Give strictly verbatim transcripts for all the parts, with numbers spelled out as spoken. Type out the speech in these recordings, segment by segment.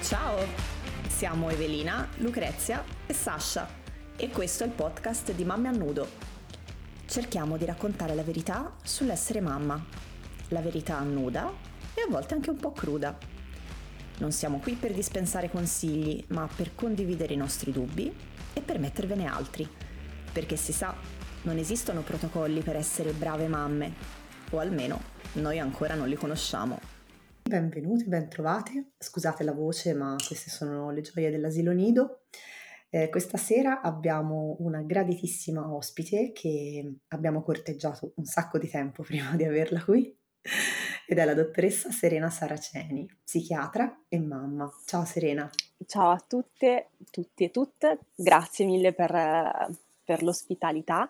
Ciao, siamo Evelina, Lucrezia e Sasha e questo è il podcast di Mamme a Nudo. Cerchiamo di raccontare la verità sull'essere mamma, la verità nuda e a volte anche un po' cruda. Non siamo qui per dispensare consigli, ma per condividere i nostri dubbi e per mettervene altri, perché si sa, non esistono protocolli per essere brave mamme, o almeno noi ancora non li conosciamo. Benvenuti, bentrovati. Scusate la voce, ma queste sono le gioie dell'asilo nido. Eh, questa sera abbiamo una graditissima ospite che abbiamo corteggiato un sacco di tempo prima di averla qui, ed è la dottoressa Serena Saraceni, psichiatra e mamma. Ciao Serena. Ciao a tutte, tutti e tutte, grazie mille per, per l'ospitalità.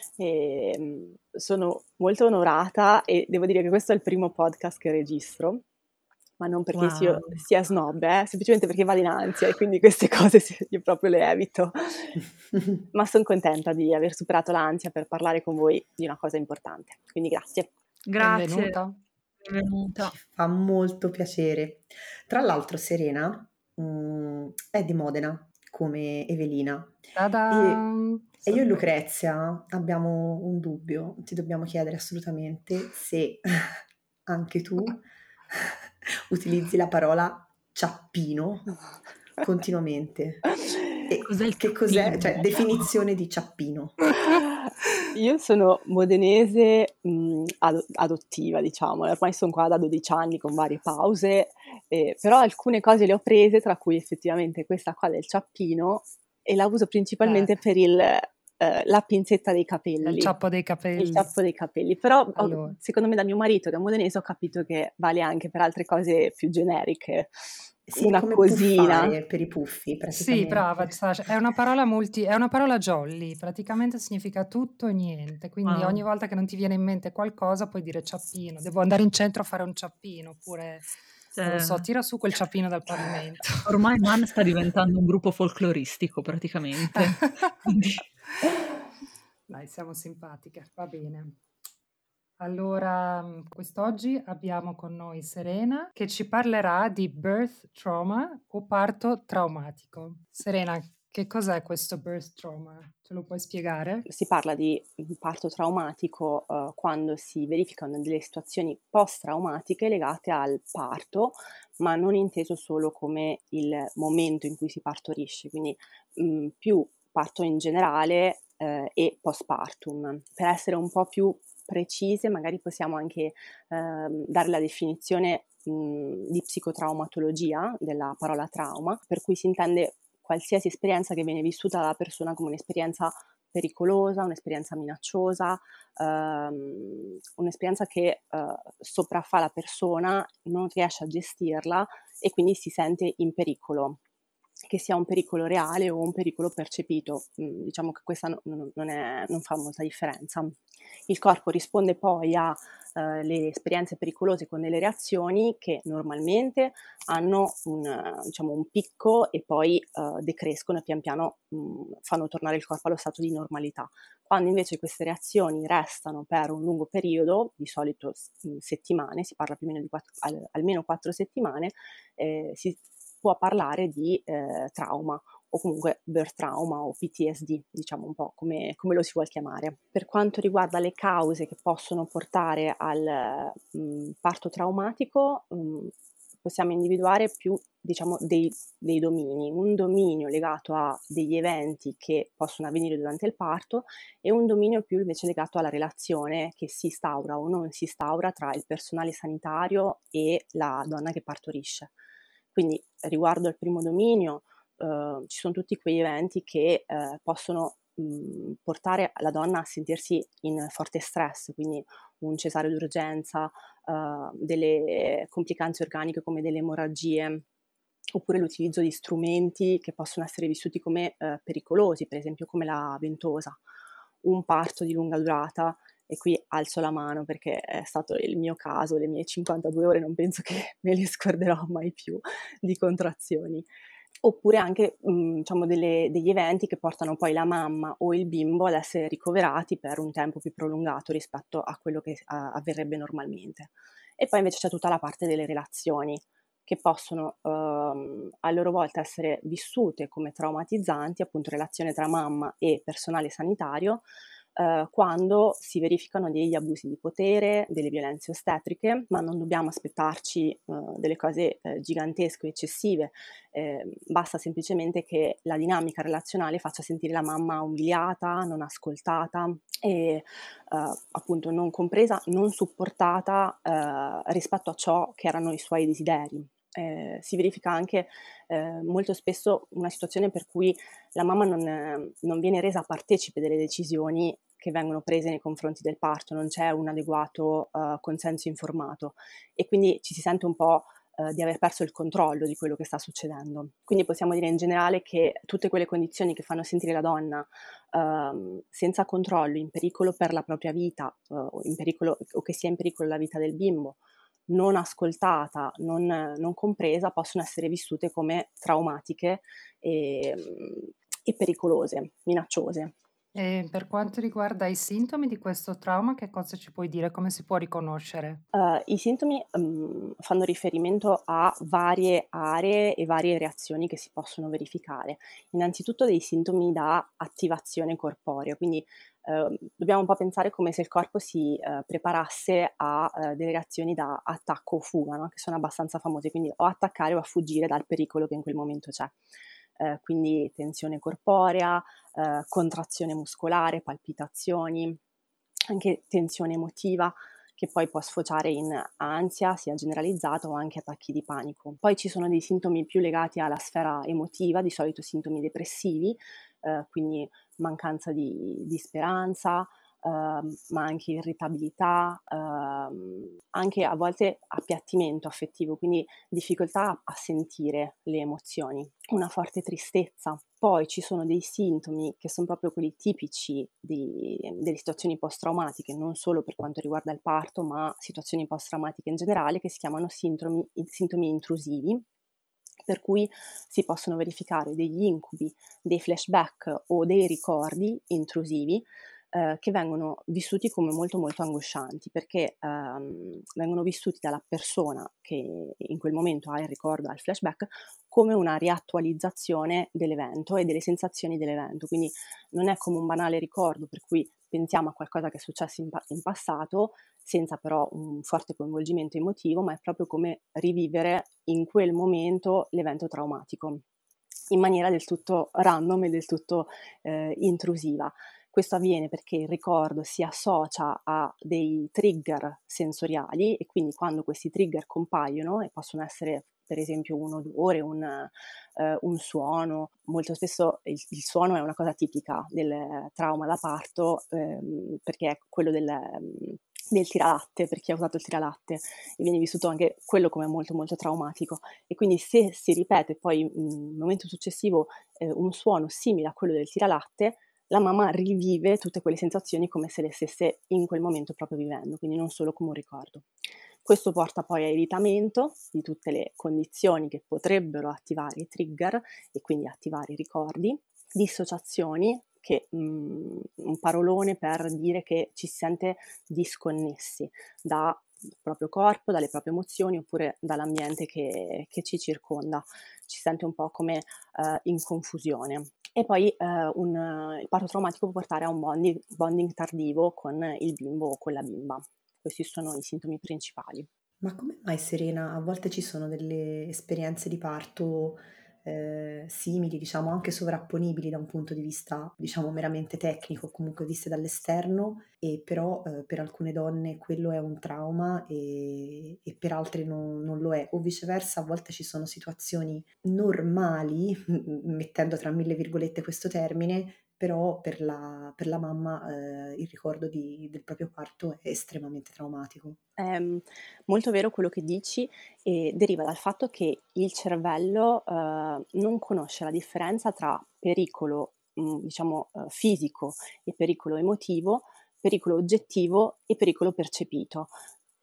E sono molto onorata e devo dire che questo è il primo podcast che registro, ma non perché Wow. sia, sia snob, eh? Semplicemente perché vado in ansia e quindi queste cose io proprio le evito. Ma sono contenta di aver superato l'ansia per parlare con voi di una cosa importante, quindi grazie. Grazie. Benvenuta. Benvenuta. Ci fa molto piacere. Tra l'altro Serena mh, è di Modena, come Evelina. E, e io e Lucrezia abbiamo un dubbio, ti dobbiamo chiedere assolutamente se anche tu utilizzi la parola ciappino continuamente. E cos'è il che cos'è? ciappino? Cioè, definizione di ciappino. Io sono modenese mh, ad- adottiva, diciamo, ormai sono qua da dodici anni con varie pause, eh, però alcune cose le ho prese, tra cui effettivamente questa qua del ciappino, e la uso principalmente Eh. per il, eh, la pinzetta dei capelli. Il ciappo dei capelli. Il ciappo dei capelli, però ho- Allora. secondo me da mio marito che è modenese ho capito che vale anche per altre cose più generiche. Sì, Una come cosina. puffare per i puffi, praticamente. Sì, brava, Sasha. È una parola multi, è una parola jolly, praticamente significa tutto e niente, quindi Wow. ogni volta che non ti viene in mente qualcosa puoi dire ciappino, devo andare in centro a fare un ciappino, oppure, non lo so, tira su quel ciappino dal pavimento. Ormai Man sta diventando un gruppo folcloristico praticamente. Quindi... Dai, siamo simpatiche, va bene. Allora, quest'oggi abbiamo con noi Serena che ci parlerà di birth trauma o parto traumatico. Serena, che cos'è questo birth trauma? Ce lo puoi spiegare? Si parla di parto traumatico eh, quando si verificano delle situazioni post-traumatiche legate al parto, ma non inteso solo come il momento in cui si partorisce, quindi mh, più parto in generale eh, e postpartum. Per essere un po' più precise, magari possiamo anche eh, dare la definizione mh, di psicotraumatologia della parola trauma, per cui si intende qualsiasi esperienza che viene vissuta dalla persona come un'esperienza pericolosa, un'esperienza minacciosa, ehm, un'esperienza che eh, sopraffa la persona, non riesce a gestirla e quindi si sente in pericolo, che sia un pericolo reale o un pericolo percepito. Mm, diciamo che questa no, non, non, è, non fa molta differenza. Il corpo risponde poi alle uh, esperienze pericolose con delle reazioni che normalmente hanno un, diciamo, un picco e poi uh, decrescono e pian piano mh, fanno tornare il corpo allo stato di normalità. Quando invece queste reazioni restano per un lungo periodo, di solito mh, settimane, si parla più o meno di quattro, al, almeno quattro settimane, eh, si può parlare di eh, trauma o comunque birth trauma o P T S D, diciamo un po' come, come lo si vuol chiamare. Per quanto riguarda le cause che possono portare al mh, parto traumatico, mh, possiamo individuare più, diciamo, dei, dei domini. Un dominio legato a degli eventi che possono avvenire durante il parto e un dominio più invece legato alla relazione che si instaura o non si instaura tra il personale sanitario e la donna che partorisce. Quindi riguardo al primo dominio, Uh, ci sono tutti quegli eventi che uh, possono mh, portare la donna a sentirsi in forte stress, quindi un cesareo d'urgenza, uh, delle complicanze organiche come delle emorragie, oppure l'utilizzo di strumenti che possono essere vissuti come uh, pericolosi, per esempio come la ventosa, un parto di lunga durata. E qui alzo la mano perché è stato il mio caso, le mie cinquantadue ore non penso che me le scorderò mai più di contrazioni. Oppure anche mh, diciamo delle, degli eventi che portano poi la mamma o il bimbo ad essere ricoverati per un tempo più prolungato rispetto a quello che uh, avverrebbe normalmente. E poi invece c'è tutta la parte delle relazioni, che possono ehm, a loro volta essere vissute come traumatizzanti, appunto relazione tra mamma e personale sanitario, eh, quando si verificano degli abusi di potere, delle violenze ostetriche, ma non dobbiamo aspettarci eh, delle cose eh, gigantesche o eccessive, eh, basta semplicemente che la dinamica relazionale faccia sentire la mamma umiliata, non ascoltata e Uh, appunto non compresa, non supportata uh, rispetto a ciò che erano i suoi desideri. Eh, si verifica anche eh, molto spesso una situazione per cui la mamma non, eh, non viene resa partecipe delle decisioni che vengono prese nei confronti del parto, non c'è un adeguato uh, consenso informato e quindi ci si sente un po' uh, di aver perso il controllo di quello che sta succedendo. Quindi possiamo dire in generale che tutte quelle condizioni che fanno sentire la donna Uh, senza controllo, in pericolo per la propria vita, uh, in pericolo, o che sia in pericolo la vita del bimbo, non ascoltata, non, non compresa, possono essere vissute come traumatiche e, e pericolose, minacciose. E per quanto riguarda i sintomi di questo trauma, che cosa ci puoi dire? Come si può riconoscere? Uh, I sintomi um, fanno riferimento a varie aree e varie reazioni che si possono verificare. Innanzitutto dei sintomi da attivazione corporea, quindi uh, dobbiamo un po' pensare come se il corpo si uh, preparasse a uh, delle reazioni da attacco o fuga, no? Che sono abbastanza famose, quindi o attaccare o a fuggire dal pericolo che in quel momento c'è. Uh, quindi tensione corporea, uh, contrazione muscolare, palpitazioni, anche tensione emotiva, che poi può sfociare in ansia sia generalizzata o anche attacchi di panico. Poi ci sono dei sintomi più legati alla sfera emotiva, di solito sintomi depressivi, eh, quindi mancanza di, di speranza, eh, ma anche irritabilità, eh, anche a volte appiattimento affettivo, quindi difficoltà a sentire le emozioni, una forte tristezza. Poi ci sono dei sintomi che sono proprio quelli tipici di, delle situazioni post-traumatiche, non solo per quanto riguarda il parto, ma situazioni post-traumatiche in generale, che si chiamano sintomi, sintomi intrusivi, per cui si possono verificare degli incubi, dei flashback o dei ricordi intrusivi eh, che vengono vissuti come molto molto angoscianti, perché ehm, vengono vissuti dalla persona che in quel momento ha il ricordo, ha il flashback, come una riattualizzazione dell'evento e delle sensazioni dell'evento. Quindi non è come un banale ricordo per cui pensiamo a qualcosa che è successo in, pa- in passato, senza però un forte coinvolgimento emotivo, ma è proprio come rivivere in quel momento l'evento traumatico, in maniera del tutto random e del tutto eh, intrusiva. Questo avviene perché il ricordo si associa a dei trigger sensoriali e quindi quando questi trigger compaiono, e possono essere per esempio un odore, un, eh, un suono, molto spesso il, il suono è una cosa tipica del trauma da parto ehm, perché è quello del, del tiralatte, per chi ha usato il tiralatte, e viene vissuto anche quello come molto molto traumatico, e quindi se si ripete poi in un momento successivo eh, un suono simile a quello del tiralatte, la mamma rivive tutte quelle sensazioni come se le stesse in quel momento proprio vivendo, quindi non solo come un ricordo. Questo porta poi a irritamento di tutte le condizioni che potrebbero attivare i trigger e quindi attivare i ricordi, dissociazioni, che mh, un parolone per dire che ci si sente disconnessi dal proprio corpo, dalle proprie emozioni oppure dall'ambiente che, che ci circonda, ci si sente un po' come uh, in confusione. E poi uh, un, il parto traumatico può portare a un bonding, bonding tardivo con il bimbo o con la bimba. Questi sono i sintomi principali. Ma come mai, Serena, a volte ci sono delle esperienze di parto eh, simili, diciamo anche sovrapponibili da un punto di vista, diciamo, meramente tecnico, comunque viste dall'esterno, e però eh, per alcune donne quello è un trauma e, e per altre non, non lo è, o viceversa, a volte ci sono situazioni normali, mettendo tra mille virgolette questo termine, però per la, per la mamma eh, il ricordo di- del proprio parto è estremamente traumatico. È mm, molto vero quello che dici e deriva dal fatto che il cervello eh, non conosce la differenza tra pericolo, mm, diciamo, eh, fisico e pericolo emotivo, pericolo oggettivo e pericolo percepito.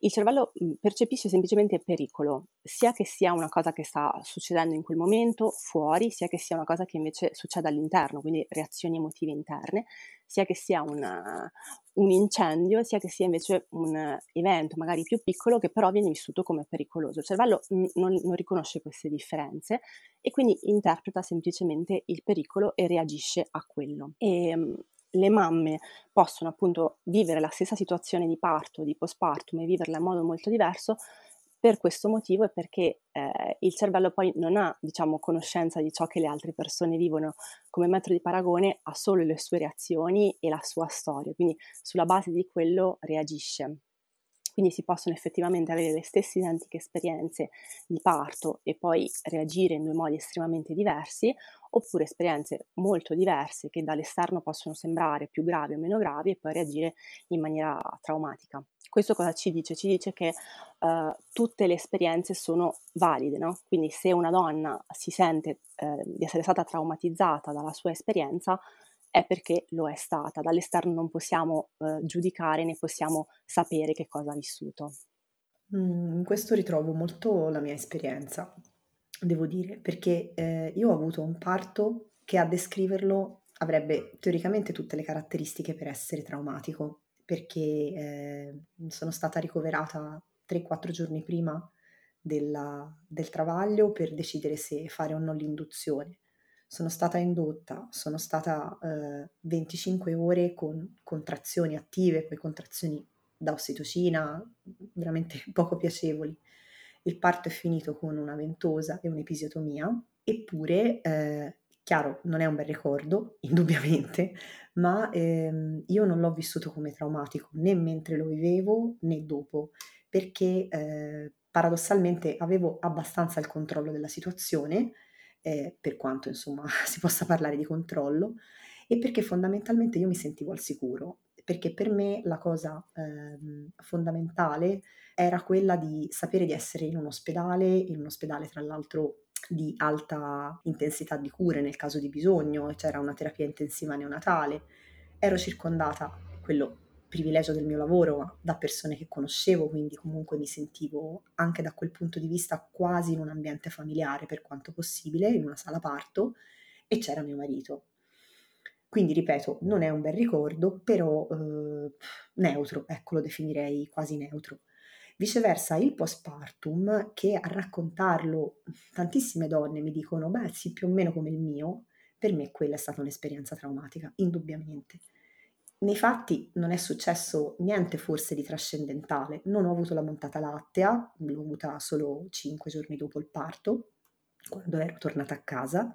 il cervello mh, percepisce semplicemente pericolo, sia che sia una cosa che sta succedendo in quel momento fuori, sia che sia una cosa che invece succede all'interno, quindi reazioni emotive interne, sia che sia una, un incendio, sia che sia invece un evento magari più piccolo che però viene vissuto come pericoloso. Il cervello mh, non, non riconosce queste differenze e quindi interpreta semplicemente il pericolo e reagisce a quello. E, mh, le mamme possono appunto vivere la stessa situazione di parto, di postpartum e viverla in modo molto diverso per questo motivo e perché eh, il cervello poi non ha, diciamo, conoscenza di ciò che le altre persone vivono come metro di paragone, ha solo le sue reazioni e la sua storia, quindi sulla base di quello reagisce. Quindi si possono effettivamente avere le stesse identiche esperienze di parto e poi reagire in due modi estremamente diversi, oppure esperienze molto diverse che dall'esterno possono sembrare più gravi o meno gravi e poi reagire in maniera traumatica. Questo cosa ci dice? Ci dice che uh, tutte le esperienze sono valide, no? Quindi se una donna si sente uh, di essere stata traumatizzata dalla sua esperienza, è perché lo è stata. Dall'esterno non possiamo uh, giudicare né possiamo sapere che cosa ha vissuto. Mm, in questo ritrovo molto la mia esperienza, devo dire, perché eh, io ho avuto un parto che a descriverlo avrebbe teoricamente tutte le caratteristiche per essere traumatico, perché eh, sono stata ricoverata tre quattro giorni prima della- del travaglio per decidere se fare o no l'induzione. Sono stata indotta, sono stata eh, venticinque ore con contrazioni attive, poi contrazioni da ossitocina, veramente poco piacevoli. Il parto è finito con una ventosa e un'episiotomia, eppure, eh, chiaro, non è un bel ricordo, indubbiamente, ma ehm, io non l'ho vissuto come traumatico né mentre lo vivevo né dopo, perché eh, paradossalmente avevo abbastanza il controllo della situazione, eh, per quanto insomma si possa parlare di controllo, e perché fondamentalmente io mi sentivo al sicuro, perché per me la cosa ehm, fondamentale era quella di sapere di essere in un ospedale, in un ospedale tra l'altro di alta intensità di cure nel caso di bisogno, c'era una terapia intensiva neonatale, ero circondata, quello privilegio del mio lavoro, ma da persone che conoscevo, quindi comunque mi sentivo anche da quel punto di vista quasi in un ambiente familiare per quanto possibile, in una sala parto, e c'era mio marito. Quindi, ripeto, non è un bel ricordo, però eh, neutro, ecco, lo definirei quasi neutro. Viceversa, il postpartum, che a raccontarlo tantissime donne mi dicono, beh sì, più o meno come il mio, per me quella è stata un'esperienza traumatica, indubbiamente. Nei fatti non è successo niente forse di trascendentale, non ho avuto la montata lattea, l'ho avuta solo cinque giorni dopo il parto, quando ero tornata a casa.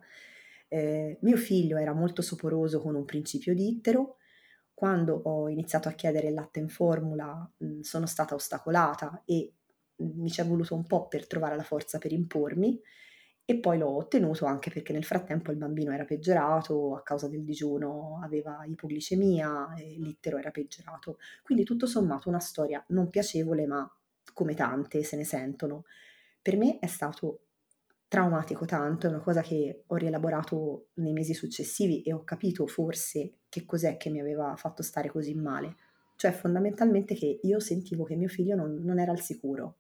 Eh, mio figlio era molto soporoso con un principio di ittero. Quando ho iniziato a chiedere il latte in formula, mh, sono stata ostacolata e mh, mi ci è voluto un po' per trovare la forza per impormi, e poi l'ho ottenuto anche perché nel frattempo il bambino era peggiorato a causa del digiuno, aveva ipoglicemia e l'ittero era peggiorato. Quindi tutto sommato una storia non piacevole, ma come tante se ne sentono. Per me è stato traumatico tanto, è una cosa che ho rielaborato nei mesi successivi e ho capito forse che cos'è che mi aveva fatto stare così male. Cioè fondamentalmente che io sentivo che mio figlio non, non era al sicuro,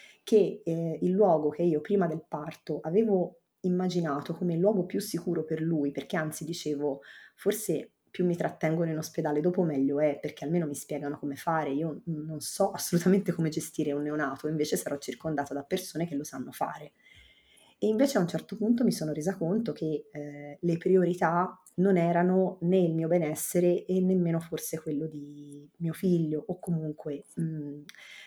che eh, il luogo che io prima del parto avevo immaginato come il luogo più sicuro per lui, perché anzi dicevo, forse più mi trattengono in ospedale dopo meglio è, perché almeno mi spiegano come fare, io non so assolutamente come gestire un neonato, invece sarò circondata da persone che lo sanno fare. E invece a un certo punto mi sono resa conto che eh, le priorità non erano né il mio benessere e nemmeno forse quello di mio figlio, o comunque mh,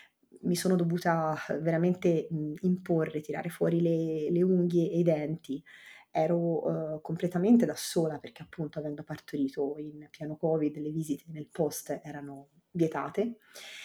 mi sono dovuta veramente mh, imporre, tirare fuori le, le unghie e i denti. Ero eh, completamente da sola perché appunto avendo partorito in pieno Covid le visite nel post erano vietate,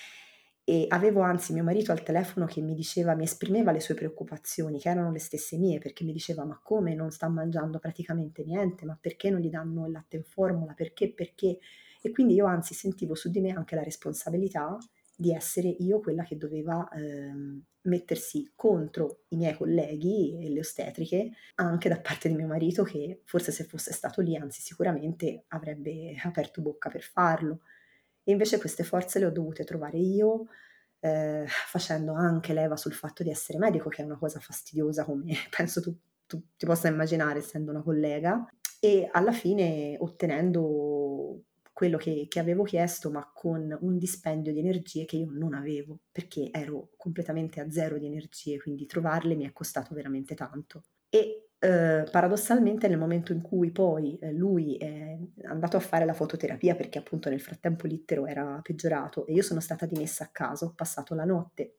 e avevo anzi mio marito al telefono che mi diceva, mi esprimeva le sue preoccupazioni, che erano le stesse mie, perché mi diceva ma come non sta mangiando praticamente niente, ma perché non gli danno il latte in formula, perché, perché? E quindi io anzi sentivo su di me anche la responsabilità di essere io quella che doveva ehm, mettersi contro i miei colleghi e le ostetriche, anche da parte di mio marito che forse se fosse stato lì, anzi sicuramente avrebbe aperto bocca per farlo. E invece queste forze le ho dovute trovare io, eh, facendo anche leva sul fatto di essere medico, che è una cosa fastidiosa come penso tu, tu ti possa immaginare essendo una collega, e alla fine ottenendo quello che, che avevo chiesto, ma con un dispendio di energie che io non avevo, perché ero completamente a zero di energie, quindi trovarle mi è costato veramente tanto. E eh, paradossalmente nel momento in cui poi eh, lui è andato a fare la fototerapia, perché appunto nel frattempo l'Ittero era peggiorato e io sono stata dimessa a casa, ho passato la notte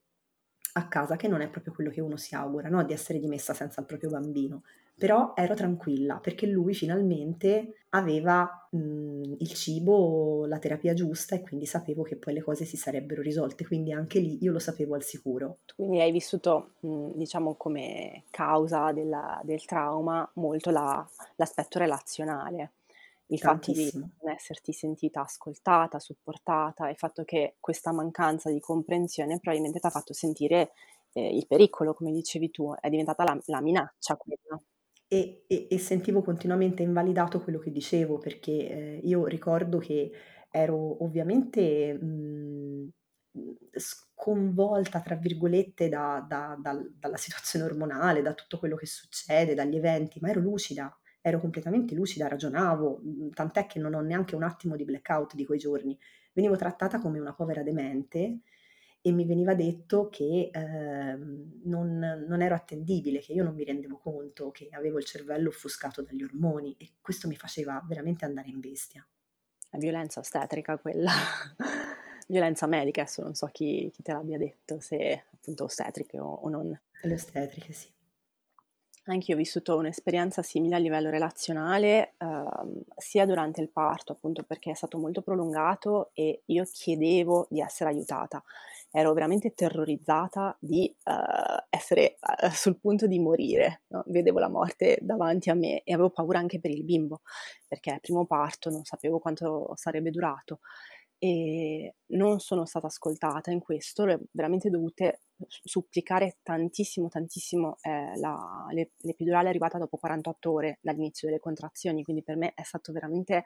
a casa, che non è proprio quello che uno si augura, no? Di essere dimessa senza il proprio bambino. Però ero tranquilla perché lui finalmente aveva mh, il cibo, la terapia giusta, e quindi sapevo che poi le cose si sarebbero risolte, quindi anche lì io lo sapevo al sicuro. Quindi hai vissuto, mh, diciamo, come causa della- del trauma molto la- l'aspetto relazionale, il fatto di Tantissimo. non esserti sentita ascoltata, supportata, il fatto che questa mancanza di comprensione probabilmente ti ha fatto sentire eh, il pericolo, come dicevi tu, è diventata la, la minaccia quella. E, e- e sentivo continuamente invalidato quello che dicevo, perché eh, io ricordo che ero ovviamente mh, sconvolta, tra virgolette, da- da- dal- dalla situazione ormonale, da tutto quello che succede, dagli eventi, ma ero lucida, ero completamente lucida, ragionavo, mh, tant'è che non ho neanche un attimo di blackout di quei giorni. Venivo trattata come una povera demente e mi veniva detto che ehm, non, non ero attendibile, che io non mi rendevo conto, che avevo il cervello offuscato dagli ormoni, e questo mi faceva veramente andare in bestia. È violenza ostetrica quella, violenza medica, adesso non so chi, chi te l'abbia detto, se appunto ostetriche o, o non. Le ostetriche, sì. Anch'io ho vissuto un'esperienza simile a livello relazionale, ehm, sia durante il parto, appunto perché è stato molto prolungato e io chiedevo di essere aiutata. Ero veramente terrorizzata di eh, essere eh, sul punto di morire, no? Vedevo la morte davanti a me e avevo paura anche per il bimbo, perché primo parto, non sapevo quanto sarebbe durato e non sono stata ascoltata in questo, le ho veramente dovute supplicare tantissimo, tantissimo. Eh, la, le, l'epidurale è arrivata dopo quarantotto ore dall'inizio delle contrazioni, quindi per me è stato veramente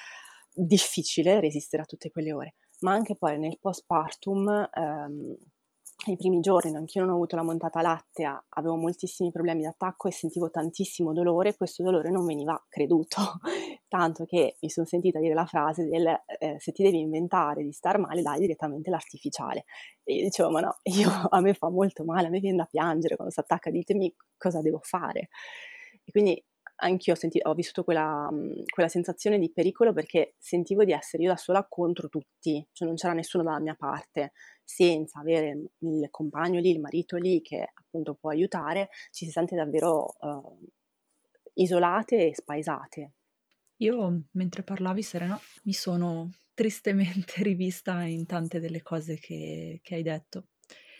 difficile resistere a tutte quelle ore. Ma anche poi nel postpartum, ehm, nei primi giorni, anch'io non ho avuto la montata lattea, avevo moltissimi problemi d'attacco e sentivo tantissimo dolore, questo dolore non veniva creduto, tanto che mi sono sentita dire la frase del eh, se ti devi inventare di star male dai direttamente l'artificiale. E io dicevo ma no, io, a me fa molto male, a me viene da piangere quando si attacca, ditemi cosa devo fare. E quindi anch'io ho, senti- ho vissuto quella, mh, quella sensazione di pericolo perché sentivo di essere io da sola contro tutti, cioè non c'era nessuno dalla mia parte, senza avere il compagno lì, il marito lì che appunto può aiutare, ci si sente davvero eh, isolate e spaesate. Io, mentre parlavi, Serena, mi sono tristemente rivista in tante delle cose che, che hai detto,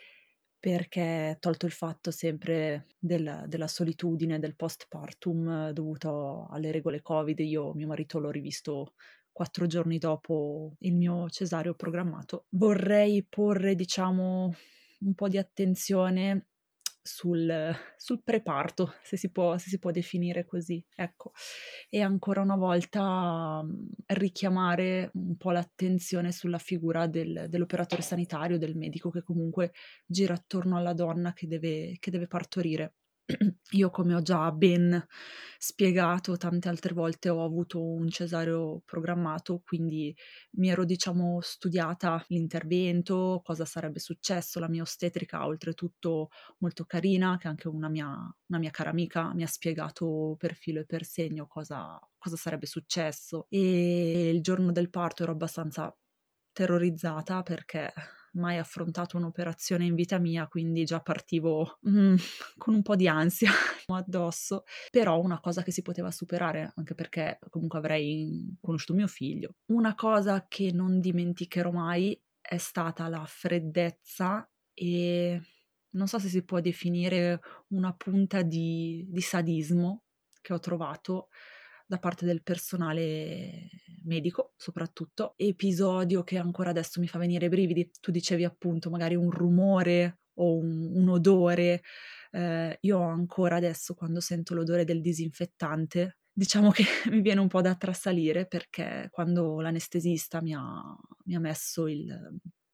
perché tolto il fatto sempre del- della solitudine del postpartum eh, dovuto alle regole Covid, io mio marito l'ho rivisto quattro giorni dopo il mio cesareo programmato. Vorrei porre, diciamo, un po' di attenzione sul, sul preparto, se si può, se si può definire così, ecco. E ancora una volta mh, richiamare un po' l'attenzione sulla figura del- dell'operatore sanitario, del medico che comunque gira attorno alla donna che deve, che deve partorire. Io, come ho già ben spiegato tante altre volte, ho avuto un cesareo programmato, quindi mi ero, diciamo, studiata l'intervento, cosa sarebbe successo. La mia ostetrica, oltretutto molto carina, che anche una mia, una mia cara amica mi ha spiegato per filo e per segno cosa, cosa sarebbe successo. E il giorno del parto ero abbastanza terrorizzata perché mai affrontato un'operazione in vita mia, quindi già partivo mm, con un po' di ansia addosso, però una cosa che si poteva superare, anche perché comunque avrei conosciuto mio figlio. Una cosa che non dimenticherò mai è stata la freddezza e non so se si può definire una punta di, di sadismo che ho trovato da parte del personale medico, soprattutto. Episodio che ancora adesso mi fa venire i brividi. Tu dicevi appunto magari un rumore o un, un odore. Eh, io ancora adesso, quando sento l'odore del disinfettante, diciamo che mi viene un po' da trasalire, perché quando l'anestesista mi ha, mi ha messo il,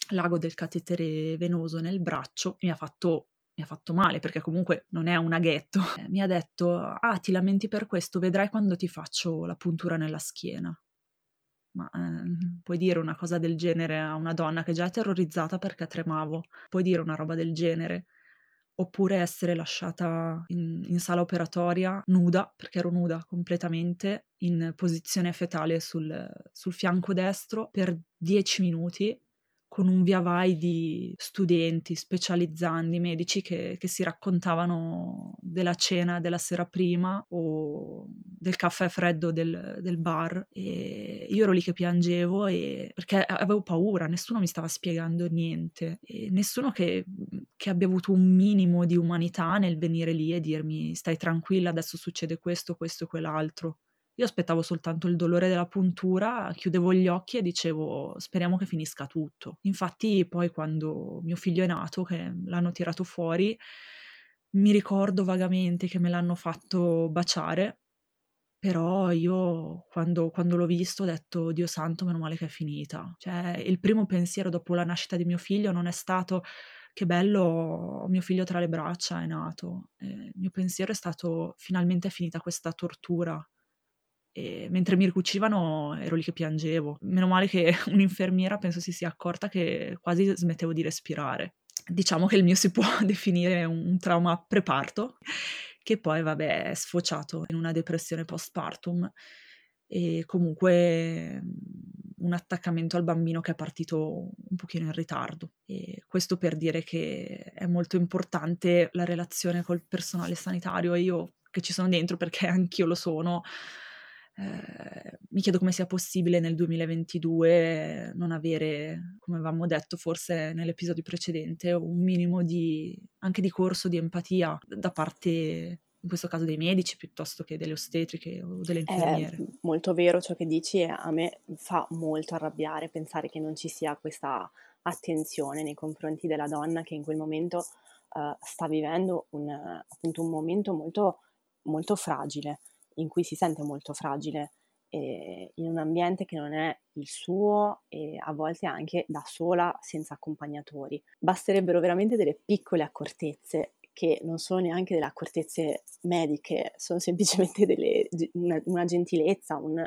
l'ago del catetere venoso nel braccio e mi ha fatto mi ha fatto male, perché comunque non è un aghetto. Eh, mi ha detto: "Ah, ti lamenti per questo? Vedrai quando ti faccio la puntura nella schiena". Ma, ehm, puoi dire una cosa del genere a una donna che già è terrorizzata perché tremavo? Puoi dire una roba del genere? Oppure essere lasciata in in sala operatoria nuda, perché ero nuda completamente, in posizione fetale sul sul fianco destro per dieci minuti, con un via vai di studenti, specializzandi, medici che che si raccontavano della cena della sera prima o del caffè freddo del del bar, e io ero lì che piangevo, e perché a avevo paura, nessuno mi stava spiegando niente, e nessuno che mhmm, che abbia avuto un minimo di umanità nel venire lì e dirmi: "Stai tranquilla, adesso succede questo, questo e quell'altro". Io aspettavo soltanto il dolore della puntura, chiudevo gli occhi e dicevo: "Speriamo che finisca tutto". Infatti poi quando mio figlio è nato, che l'hanno tirato fuori, mi ricordo vagamente che me l'hanno fatto baciare, però io quando quando l'ho visto ho detto: "Dio santo, meno male che è finita". Cioè, il primo pensiero dopo la nascita di mio figlio non è stato: "Che bello, ho mio figlio tra le braccia, è nato". Ehm, il mio pensiero è stato: "Finalmente è finita questa tortura". E mentre mi ricucivano ero lì che piangevo. Meno male che un'infermiera penso si sia accorta che quasi smettevo di respirare. Diciamo che il mio si può definire un trauma preparto, che poi vabbè è sfociato in una depressione postpartum e comunque mhmm, un attaccamento al bambino che è partito un pochino in ritardo. E questo per dire che è molto importante la relazione col personale sanitario, e io che ci sono dentro, perché anch'io lo sono, ehm, mi chiedo come sia possibile nel duemilaventidue non avere, come avevamo detto forse nell'episodio precedente, un minimo di anche di corso di empatia da parte, in questo caso, dei medici piuttosto che delle ostetriche o delle È infermiere. molto vero ciò che dici, e a me fa molto arrabbiare pensare che non ci sia questa attenzione nei confronti della donna che in quel momento, uhm, sta vivendo un appunto un momento molto molto fragile, in cui si sente molto fragile, ehm, in un ambiente che non è il suo e a volte anche da sola, senza accompagnatori. Basterebbero veramente delle piccole accortezze, che non sono neanche delle accortezze mediche, sono semplicemente delle ge una una gentilezza, un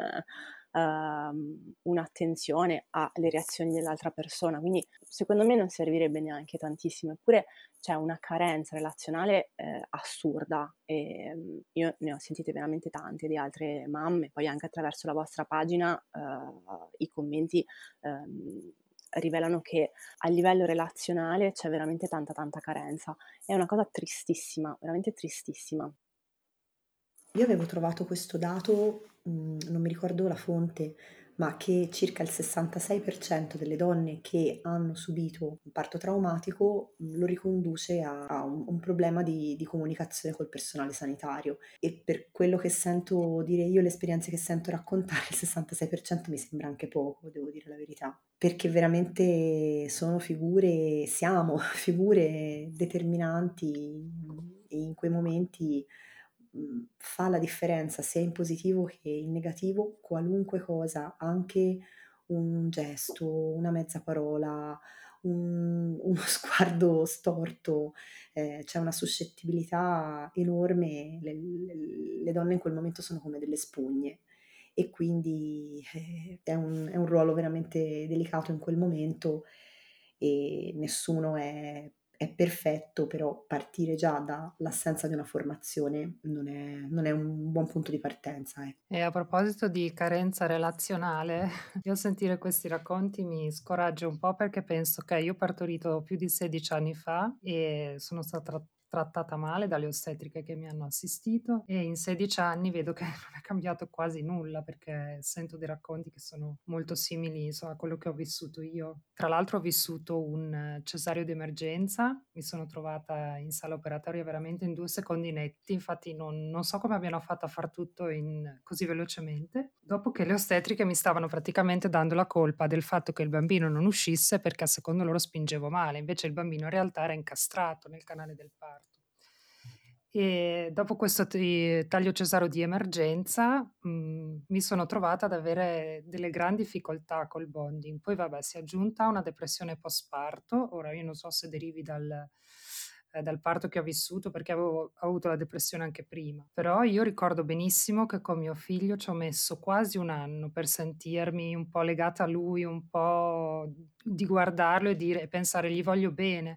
uhm, un'attenzione alle reazioni dell'altra persona. Quindi secondo me non servirebbe neanche tantissimo, eppure c'è una carenza relazionale, ehm, assurda. Ehm, io ne ho sentite veramente tante di altre mamme, poi anche attraverso la vostra pagina, uhm, i commenti, uhm, rivelano che a livello relazionale c'è veramente tanta, tanta carenza. È una cosa tristissima, veramente tristissima. Io avevo trovato questo dato, mhmm, non mi ricordo la fonte, ma che circa il sessantasei per cento delle donne che hanno subito un parto traumatico, mhmm, lo riconduce a a un un problema di di comunicazione col personale sanitario. E per quello che sento dire io, le esperienze che sento raccontare, il sessantasei per cento mi sembra anche poco, devo dire la verità, perché veramente sono figure siamo figure determinanti, mhmm, e in quei momenti mhmm, fa la differenza sia in positivo che in negativo, qualunque cosa, anche un gesto, una mezza parola, un uno sguardo storto, ehm, c'è una suscettibilità enorme, le le le donne in quel momento sono come delle spugne e quindi, eh, è un è un ruolo veramente delicato in quel momento e nessuno è è perfetto, però partire già dall'assenza di una formazione non è non è un buon punto di partenza, ecco. E a proposito di carenza relazionale, io sentire questi racconti mi scoraggia un po' perché penso che io ho partorito più di sedici anni fa e sono stata tra- trattata male dalle ostetriche che mi hanno assistito e in sedici anni vedo che non è cambiato quasi nulla perché sento dei racconti che sono molto simili, insomma, a quello che ho vissuto io. Tra l'altro ho vissuto un eh, cesareo d'emergenza, mi sono trovata in sala operatoria veramente in due secondi netti, infatti non, non so come abbiano fatto a far tutto in così velocemente, dopo che le ostetriche mi stavano praticamente dando la colpa del fatto che il bambino non uscisse perché secondo loro spingevo male, invece il bambino in realtà era incastrato nel canale del parto. E dopo questo ti- taglio cesareo di emergenza, mh, mi sono trovata ad avere delle grandi difficoltà col bonding. Poi vabbè, si è aggiunta una depressione postparto. Ora io non so se derivi dal, eh, dal parto che ho vissuto, perché avevo, ho avuto la depressione anche prima. Però io ricordo benissimo che con mio figlio ci ho messo quasi un anno per sentirmi un po' legata a lui, un po' di guardarlo e dire, e pensare gli voglio bene.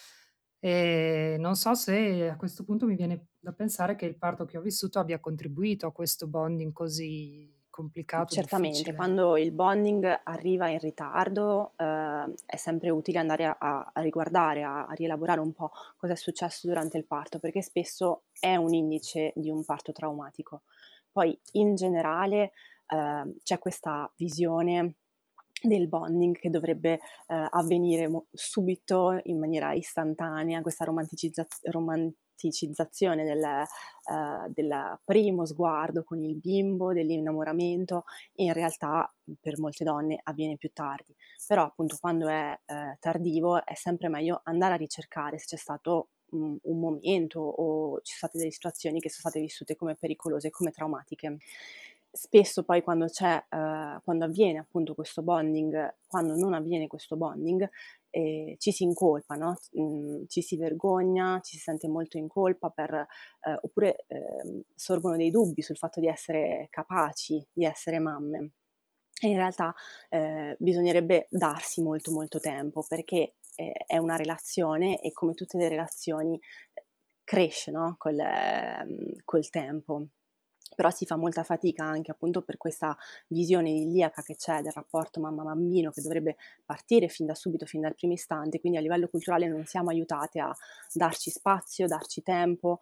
E non so se a questo punto mi viene da pensare che il parto che ho vissuto abbia contribuito a questo bonding così complicato, Certamente, difficile. quando il bonding arriva in ritardo, ehm, è sempre utile andare a a a riguardare, a a rielaborare un po' cosa è successo durante il parto, perché spesso è un indice di un parto traumatico. Poi in generale, ehm, c'è questa visione del bonding che dovrebbe, ehm, avvenire mo subito, in maniera istantanea, questa romanticizaz romanticizzazione del ehm, del primo sguardo con il bimbo, dell'innamoramento. In realtà, per molte donne avviene più tardi. Però appunto quando è, ehm, tardivo è sempre meglio andare a ricercare se c'è stato, mhmm, un momento o ci sono state delle situazioni che so state vissute come pericolose, come traumatiche. Spesso poi quando c'è ehm, quando avviene appunto questo bonding, quando non avviene questo bonding, ehm, ci si incolpa, no, mhmm, ci si vergogna, ci si sente molto in colpa per ehm, oppure, ehm, sorgono dei dubbi sul fatto di essere capaci di essere mamme. E in realtà, ehm, bisognerebbe darsi molto, molto tempo perché, ehm, è una relazione e come tutte le relazioni, ehm, cresce, no, col mhmm, col tempo. Però si fa molta fatica anche appunto per questa visione idilliaca che c'è del rapporto mamma-bambino che dovrebbe partire fin da subito, fin dal primo istante, quindi a livello culturale non siamo aiutate a darci spazio, darci tempo,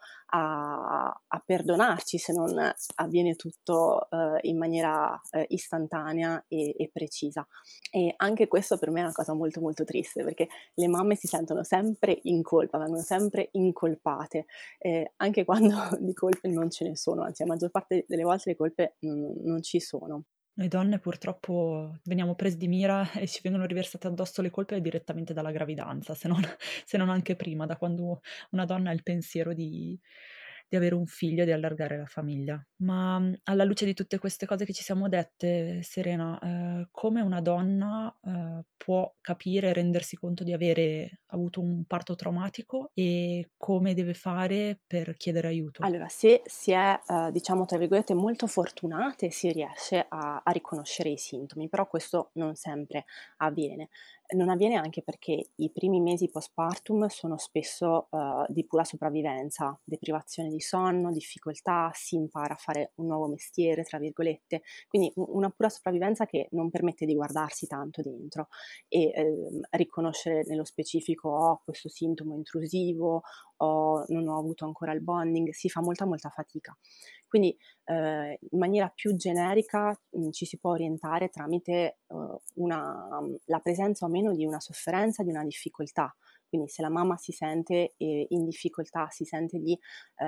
a a perdonarci se non avviene tutto, uhm, in maniera, ehm, istantanea e e precisa. E anche questo per me è una cosa molto, molto triste, perché le mamme si sentono sempre in colpa, vengono sempre incolpate, ehm, anche quando di colpe non ce ne sono, anzi la maggior parte delle volte le colpe, mhmm, non ci sono. Noi donne purtroppo veniamo prese di mira e ci vengono riversate addosso le colpe direttamente dalla gravidanza, se non se non anche prima, da quando una donna ha il pensiero di di avere un figlio e di allargare la famiglia. Ma, mhmm, alla luce di tutte queste cose che ci siamo dette, Serena, ehm, come una donna, ehm, può capire e rendersi conto di avere avuto un parto traumatico e come deve fare per chiedere aiuto? Allora, se si è, uhm, diciamo tra virgolette "molto fortunate", si riesce a a riconoscere i sintomi, però questo non sempre avviene. Non avviene anche perché i primi mesi postpartum sono spesso, uhm, di pura sopravvivenza, deprivazione di sonno, difficoltà, si impara a fare un nuovo "mestiere", tra virgolette, quindi u una pura sopravvivenza che non permette di guardarsi tanto dentro e, ehm, riconoscere nello specifico: "Ho questo sintomo intrusivo", ho non ho avuto ancora il bonding, si fa molta, molta fatica. Quindi, ehm, in maniera più generica, mhmm, ci si può orientare tramite, uhm, una mhmm, la presenza o meno di una sofferenza, di una difficoltà. Quindi se la mamma si sente, ehm, in difficoltà, si sente di,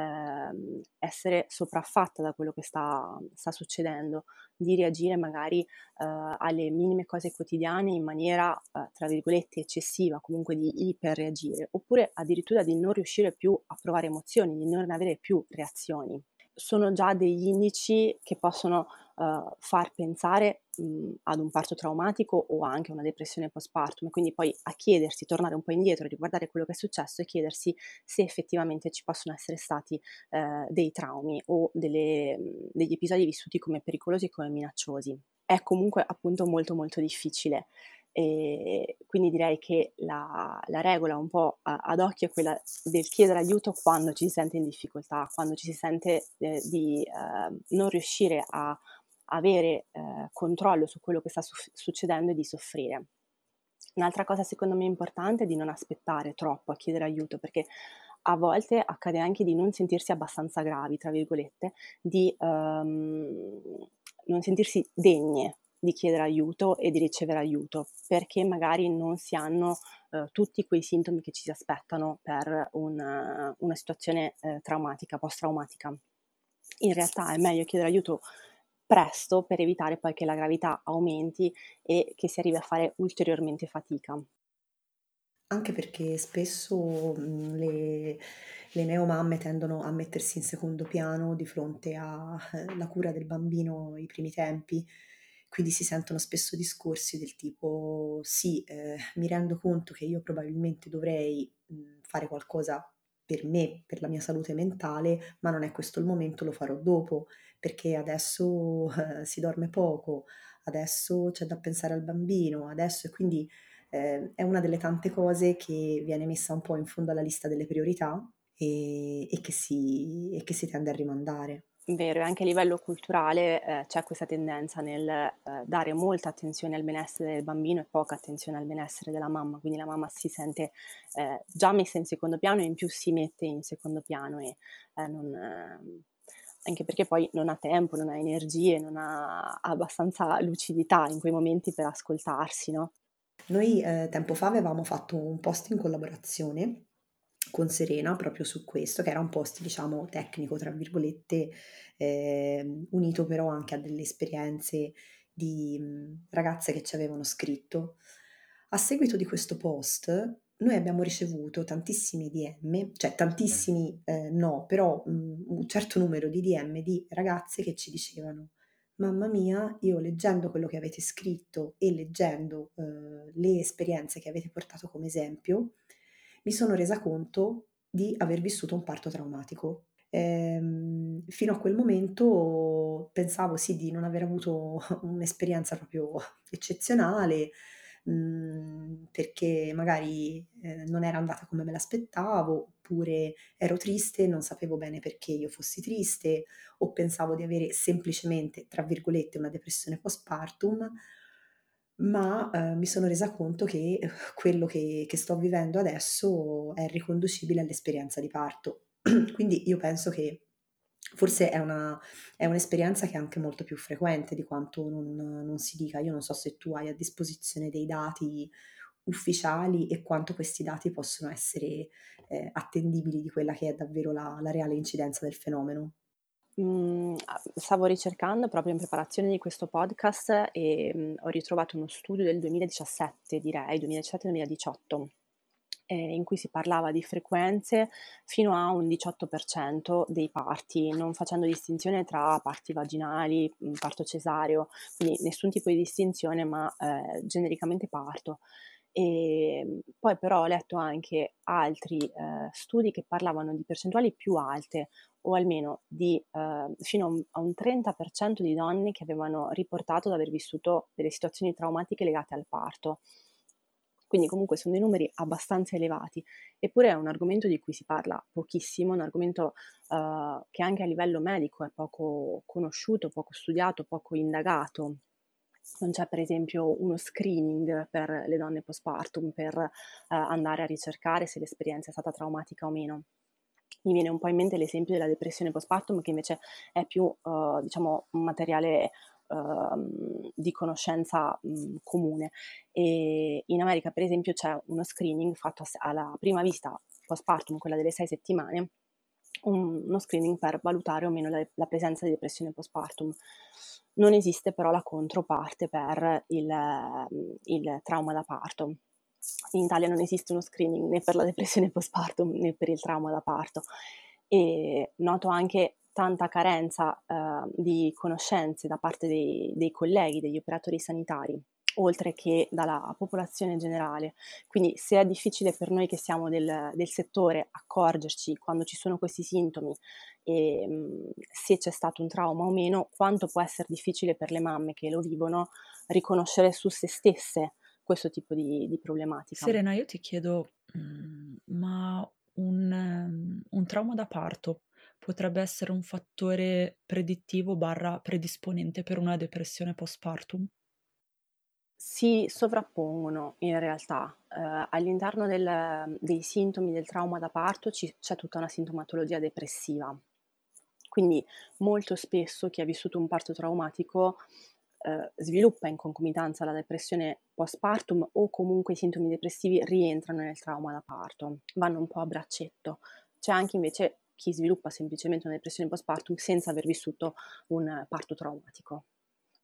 ehm, essere sopraffatta da quello che sta sta succedendo, di reagire magari, uhm, alle minime cose quotidiane in maniera, uhm, tra virgolette "eccessiva", comunque di iperreagire, oppure addirittura di non riuscire più a provare emozioni, di non avere più reazioni. Sono già degli indici che possono, uhm, far pensare, mhmm, ad un parto traumatico o anche a una depressione postpartum, e quindi poi a chiedersi, tornare un po' indietro, riguardare quello che è successo e chiedersi se effettivamente ci possono essere stati, ehm, dei traumi o delle mhmm, degli episodi vissuti come pericolosi e come minacciosi. È comunque appunto molto, molto difficile. Ehm, quindi direi che la la regola un po' a ad occhio è quella del chiedere aiuto quando ci si sente in difficoltà, quando ci si sente, ehm, di, ehm, non riuscire a avere, ehm, controllo su quello che sta suff succedendo e di soffrire. Un'altra cosa secondo me importante è di non aspettare troppo a chiedere aiuto, perché a volte accade anche di non sentirsi abbastanza "gravi", tra virgolette, di, uhm, non sentirsi degne di chiedere aiuto e di ricevere aiuto, perché magari non si hanno, uhm, tutti quei sintomi che ci si aspettano per un una situazione, ehm, traumatica, post-traumatica. In realtà è meglio chiedere aiuto presto per evitare poi che la gravità aumenti e che si arrivi a fare ulteriormente fatica. anche perché spesso mh, le, le neomamme tendono a mettersi in secondo piano di fronte alla cura del bambino ai primi tempi, quindi si sentono spesso discorsi del tipo sì, eh, mi rendo conto che io probabilmente dovrei mh, fare qualcosa per me, per la mia salute mentale, ma non è questo il momento, lo farò dopo, perché adesso eh, si dorme poco, adesso c'è da pensare al bambino, adesso e quindi eh, è una delle tante cose che viene messa un po' in fondo alla lista delle priorità e, e che, si, e che si tende a rimandare. Vero, e anche a livello culturale eh, c'è questa tendenza nel eh, dare molta attenzione al benessere del bambino e poca attenzione al benessere della mamma, quindi la mamma si sente eh, già messa in secondo piano e in più si mette in secondo piano e eh, non, eh, anche perché poi non ha tempo, non ha energie, non ha abbastanza lucidità in quei momenti per ascoltarsi, no? Noi eh, tempo fa avevamo fatto un post in collaborazione con Serena proprio su questo, che era un post, diciamo, tecnico, tra virgolette, eh, unito però anche a delle esperienze di mh, ragazze che ci avevano scritto. A seguito di questo post, noi abbiamo ricevuto tantissimi D M, cioè tantissimi eh, no, però mh, un certo numero di D M di ragazze che ci dicevano: mamma mia, io leggendo quello che avete scritto e leggendo eh, le esperienze che avete portato come esempio, mi sono resa conto di aver vissuto un parto traumatico. Ehm, fino a quel momento pensavo sì di non aver avuto un'esperienza proprio eccezionale, mh, perché magari eh, non era andata come me l'aspettavo, oppure ero triste e non sapevo bene perché io fossi triste, o pensavo di avere semplicemente, tra virgolette, una depressione postpartum, ma eh, mi sono resa conto che eh, quello che, che sto vivendo adesso è riconducibile all'esperienza di parto. Quindi io penso che forse è una, è un'esperienza che è anche molto più frequente di quanto non, non si dica. Io non so se tu hai a disposizione dei dati ufficiali e quanto questi dati possono essere eh, attendibili di quella che è davvero la, la reale incidenza del fenomeno. Mm, ah, stavo ricercando proprio in preparazione di questo podcast e mm, ho ritrovato uno studio del duemiladiciassette, direi, duemiladiciassette-duemiladiciotto, eh, in cui si parlava di frequenze fino a un diciotto per cento dei parti, non facendo distinzione tra parti vaginali, mm, parto cesareo, quindi nessun tipo di distinzione, ma eh, genericamente parto. E poi però ho letto anche altri eh, studi che parlavano di percentuali più alte, o almeno di eh, fino a un, a un trenta per cento di donne che avevano riportato di aver vissuto delle situazioni traumatiche legate al parto. Quindi comunque sono dei numeri abbastanza elevati, eppure è un argomento di cui si parla pochissimo, un argomento eh, che anche a livello medico è poco conosciuto, poco studiato, poco indagato. Non c'è per esempio uno screening per le donne postpartum per eh, andare a ricercare se l'esperienza è stata traumatica o meno. Mi viene un po' in mente l'esempio della depressione postpartum, che invece è più uh, diciamo un materiale uh, di conoscenza mh, comune. E in America per esempio c'è uno screening fatto alla prima visita postpartum, quella delle sei settimane, un, uno screening per valutare o meno la, la presenza di depressione postpartum. Non esiste però la controparte per il, il trauma da parto. In Italia non esiste uno screening né per la depressione postpartum né per il trauma da parto, e noto anche tanta carenza eh, di conoscenze da parte dei, dei colleghi, degli operatori sanitari, oltre che dalla popolazione generale. Quindi se è difficile per noi che siamo del, del settore accorgerci quando ci sono questi sintomi e mh, se c'è stato un trauma o meno, quanto può essere difficile per le mamme che lo vivono riconoscere su se stesse questo tipo di, di problematica. Serena, io ti chiedo, mm, ma un, um, un trauma da parto potrebbe essere un fattore predittivo barra predisponente per una depressione postpartum? Si sovrappongono in realtà. Eh, all'interno del- dei sintomi del trauma da parto ci- c'è tutta una sintomatologia depressiva. Quindi molto spesso chi ha vissuto un parto traumatico eh, sviluppa in concomitanza la depressione postpartum, o comunque i sintomi depressivi rientrano nel trauma da parto, vanno un po' a braccetto. C'è anche invece chi sviluppa semplicemente una depressione postpartum senza aver vissuto un parto traumatico.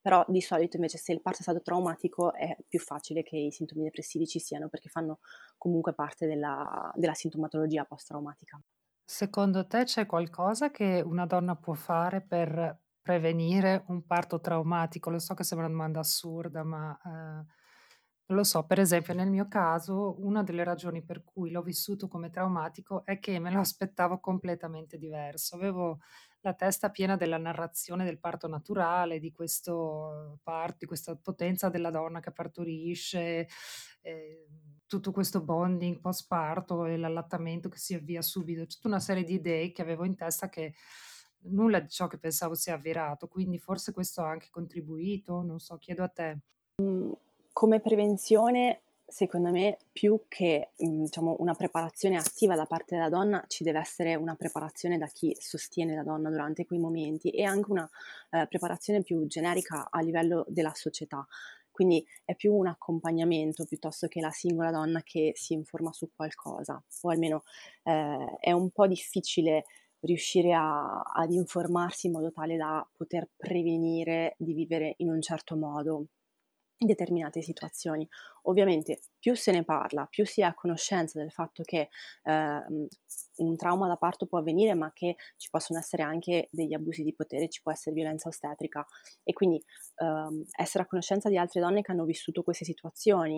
Però di solito invece se il parto è stato traumatico è più facile che i sintomi depressivi ci siano, perché fanno comunque parte della, della sintomatologia post-traumatica. Secondo te c'è qualcosa che una donna può fare per prevenire un parto traumatico? Lo so che sembra una domanda assurda, ma eh, non lo so. Per esempio, nel mio caso, una delle ragioni per cui l'ho vissuto come traumatico è che me lo aspettavo completamente diverso. Avevo la testa piena della narrazione del parto naturale, di questo parto, di questa potenza della donna che partorisce, eh, tutto questo bonding post parto e l'allattamento che si avvia subito, tutta una serie di idee che avevo in testa che nulla di ciò che pensavo sia avverato, quindi forse questo ha anche contribuito, non so, chiedo a te. Come prevenzione, secondo me, più che diciamo, una preparazione attiva da parte della donna, ci deve essere una preparazione da chi sostiene la donna durante quei momenti e anche una eh, preparazione più generica a livello della società. Quindi è più un accompagnamento piuttosto che la singola donna che si informa su qualcosa, o almeno eh, è un po' difficile riuscire a, ad informarsi in modo tale da poter prevenire di vivere in un certo modo determinate situazioni. Ovviamente più se ne parla, più si è a conoscenza del fatto che eh, un trauma da parto può avvenire, ma che ci possono essere anche degli abusi di potere, ci può essere violenza ostetrica e quindi ehm, essere a conoscenza di altre donne che hanno vissuto queste situazioni,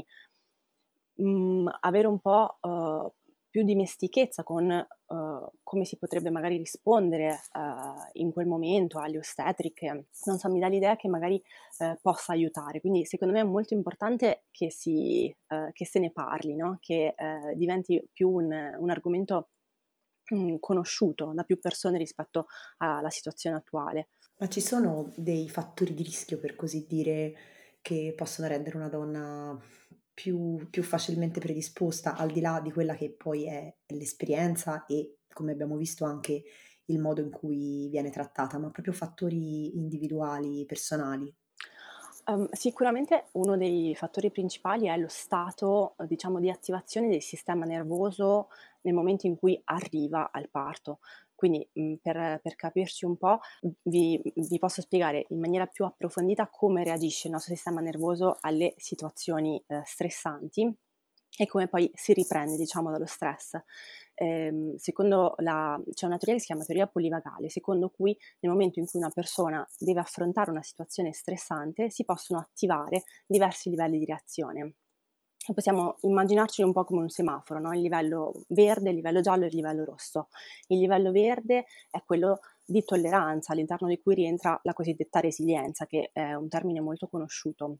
mh, avere un po' eh, più dimestichezza con uh, come si potrebbe magari rispondere uh, in quel momento alle ostetriche, non so, mi dà l'idea che magari uh, possa aiutare. Quindi secondo me è molto importante che, si, uh, che se ne parli, no? Che uh, diventi più un, un argomento um, conosciuto da più persone rispetto alla situazione attuale. Ma ci sono dei fattori di rischio, per così dire, che possono rendere una donna più, più facilmente predisposta, al di là di quella che poi è l'esperienza e, come abbiamo visto, anche il modo in cui viene trattata, ma proprio fattori individuali, personali? Um, sicuramente uno dei fattori principali è lo stato, diciamo, di attivazione del sistema nervoso nel momento in cui arriva al parto. Quindi mh, per, per capirci un po', vi, vi posso spiegare in maniera più approfondita come reagisce il nostro sistema nervoso alle situazioni eh, stressanti e come poi si riprende, diciamo, dallo stress. Eh, secondo la, c'è una teoria che si chiama teoria polivagale, secondo cui nel momento in cui una persona deve affrontare una situazione stressante si possono attivare diversi livelli di reazione. E possiamo immaginarci un po' come un semaforo, no? Il livello verde, il livello giallo e il livello rosso. Il livello verde è quello di tolleranza, all'interno di cui rientra la cosiddetta resilienza, che è un termine molto conosciuto.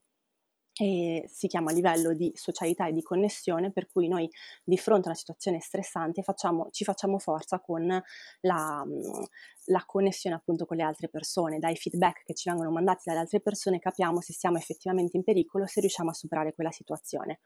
E si chiama livello di socialità e di connessione, per cui noi di fronte a una situazione stressante facciamo, ci facciamo forza con la, la connessione appunto con le altre persone, dai feedback che ci vengono mandati dalle altre persone capiamo se siamo effettivamente in pericolo, se riusciamo a superare quella situazione.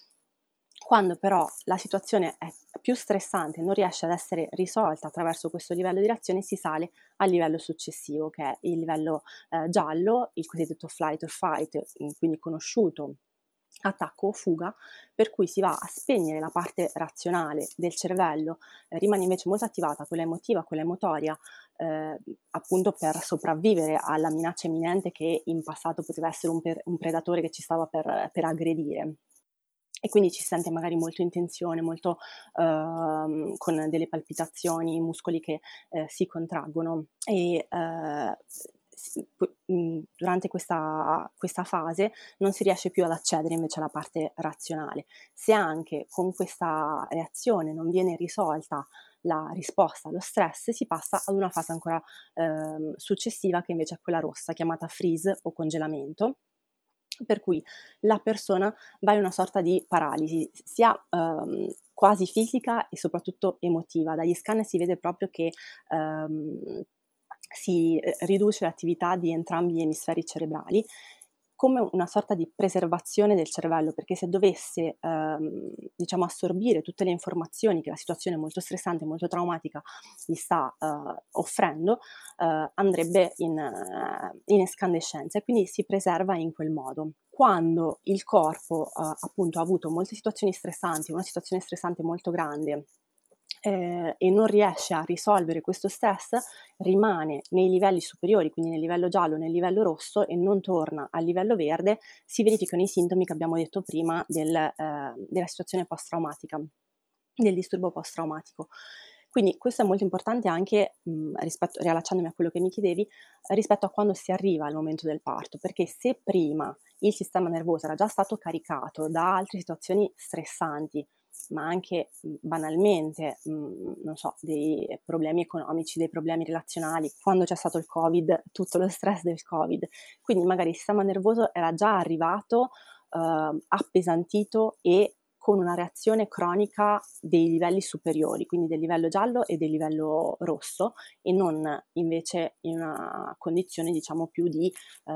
Quando però la situazione è più stressante e non riesce ad essere risolta attraverso questo livello di reazione, si sale al livello successivo, che è il livello eh, giallo, il cosiddetto flight or fight, quindi conosciuto attacco o fuga, per cui si va a spegnere la parte razionale del cervello, eh, rimane invece molto attivata quella emotiva, quella motoria, eh, appunto per sopravvivere alla minaccia imminente che in passato poteva essere un, per, un predatore che ci stava per, per aggredire. E quindi ci si sente magari molto in tensione, molto uh, con delle palpitazioni, muscoli che eh, si contraggono e uh, durante questa, questa fase non si riesce più ad accedere invece alla parte razionale. Se anche con questa reazione non viene risolta la risposta allo stress, si passa ad una fase ancora eh, successiva, che invece è quella rossa, chiamata freeze o congelamento, per cui la persona va in una sorta di paralisi, sia ehm, quasi fisica e soprattutto emotiva. Dagli scan si vede proprio che ehm, si riduce l'attività di entrambi gli emisferi cerebrali, come una sorta di preservazione del cervello, perché se dovesse ehm, diciamo assorbire tutte le informazioni che la situazione molto stressante, molto traumatica gli sta eh, offrendo, eh, andrebbe in, eh, in escandescenza e quindi si preserva in quel modo. Quando il corpo eh, appunto ha avuto molte situazioni stressanti, una situazione stressante molto grande, eh, e non riesce a risolvere questo stress, rimane nei livelli superiori, quindi nel livello giallo, nel livello rosso, e non torna al livello verde, si verificano i sintomi che abbiamo detto prima del, eh, della situazione post-traumatica, del disturbo post-traumatico. Quindi questo è molto importante anche, mh, rispetto, riallacciandomi a quello che mi chiedevi, rispetto a quando si arriva al momento del parto, perché se prima il sistema nervoso era già stato caricato da altre situazioni stressanti, ma anche mh, banalmente, mh, non so, dei problemi economici, dei problemi relazionali, quando c'è stato il Covid, tutto lo stress del Covid, quindi magari il sistema nervoso era già arrivato eh, appesantito e con una reazione cronica dei livelli superiori, quindi del livello giallo e del livello rosso, e non invece in una condizione, diciamo, più di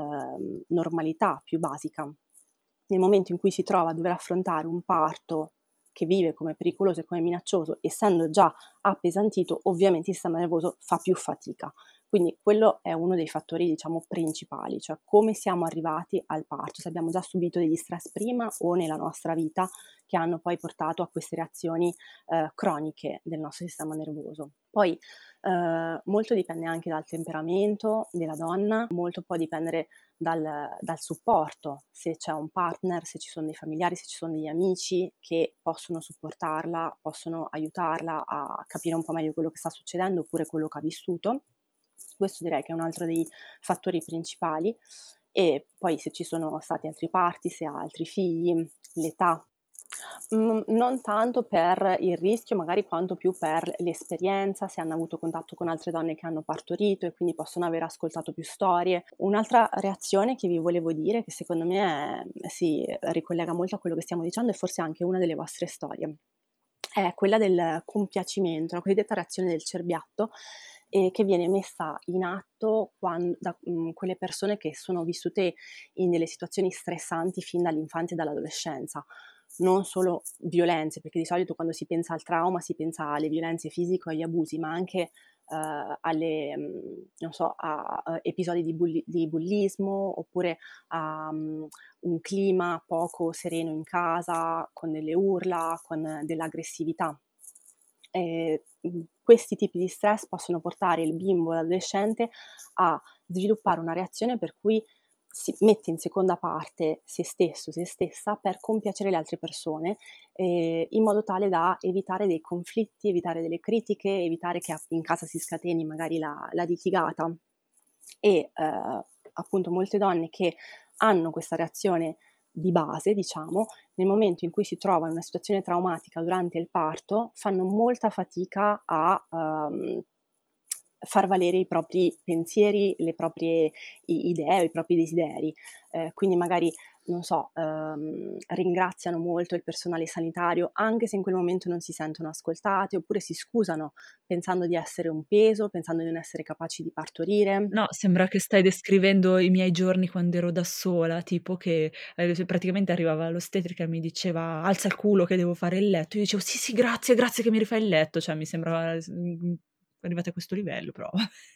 eh, normalità, più basica. Nel momento in cui si trova a dover affrontare un parto che vive come pericoloso e come minaccioso, essendo già appesantito, ovviamente il sistema nervoso fa più fatica. Quindi quello è uno dei fattori, diciamo, principali, cioè come siamo arrivati al parto, se abbiamo già subito degli stress prima o nella nostra vita che hanno poi portato a queste reazioni eh, croniche del nostro sistema nervoso. Poi eh, molto dipende anche dal temperamento della donna, molto può dipendere dal, dal supporto, se c'è un partner, se ci sono dei familiari, se ci sono degli amici che possono supportarla, possono aiutarla a capire un po' meglio quello che sta succedendo oppure quello che ha vissuto. Questo direi che è un altro dei fattori principali. E poi se ci sono stati altri parti, se ha altri figli, l'età. Mm, non tanto per il rischio magari quanto più per l'esperienza, se hanno avuto contatto con altre donne che hanno partorito e quindi possono aver ascoltato più storie. Un'altra reazione che vi volevo dire, che secondo me è, si ricollega molto a quello che stiamo dicendo e forse anche una delle vostre storie, è quella del compiacimento, la cosiddetta reazione del cerbiatto, eh, che viene messa in atto quando, da mh, quelle persone che sono vissute in delle situazioni stressanti fin dall'infanzia e dall'adolescenza. Non solo violenze, perché di solito quando si pensa al trauma si pensa alle violenze fisiche o agli abusi, ma anche uh, alle, mh, non so, a, a episodi di, bulli- di bullismo, oppure a um, un clima poco sereno in casa, con delle urla, con dell'aggressività. Eh, questi tipi di stress possono portare il bimbo o l'adolescente a sviluppare una reazione per cui si mette in seconda parte se stesso, se stessa, per compiacere le altre persone, eh, in modo tale da evitare dei conflitti, evitare delle critiche, evitare che in casa si scateni magari la, la litigata. E eh, appunto molte donne che hanno questa reazione di base, diciamo, nel momento in cui si trovano in una situazione traumatica durante il parto, fanno molta fatica a um, far valere i propri pensieri, le proprie idee, i propri desideri. Eh, quindi magari, non so, ehm, ringraziano molto il personale sanitario, anche se in quel momento non si sentono ascoltate, oppure si scusano pensando di essere un peso, pensando di non essere capaci di partorire. No, sembra che stai descrivendo i miei giorni quando ero da sola, tipo che eh, praticamente arrivava l'ostetrica e mi diceva alza il culo che devo fare il letto. Io dicevo sì sì grazie, grazie che mi rifai il letto, cioè mi sembrava mm, arrivate a questo livello, però.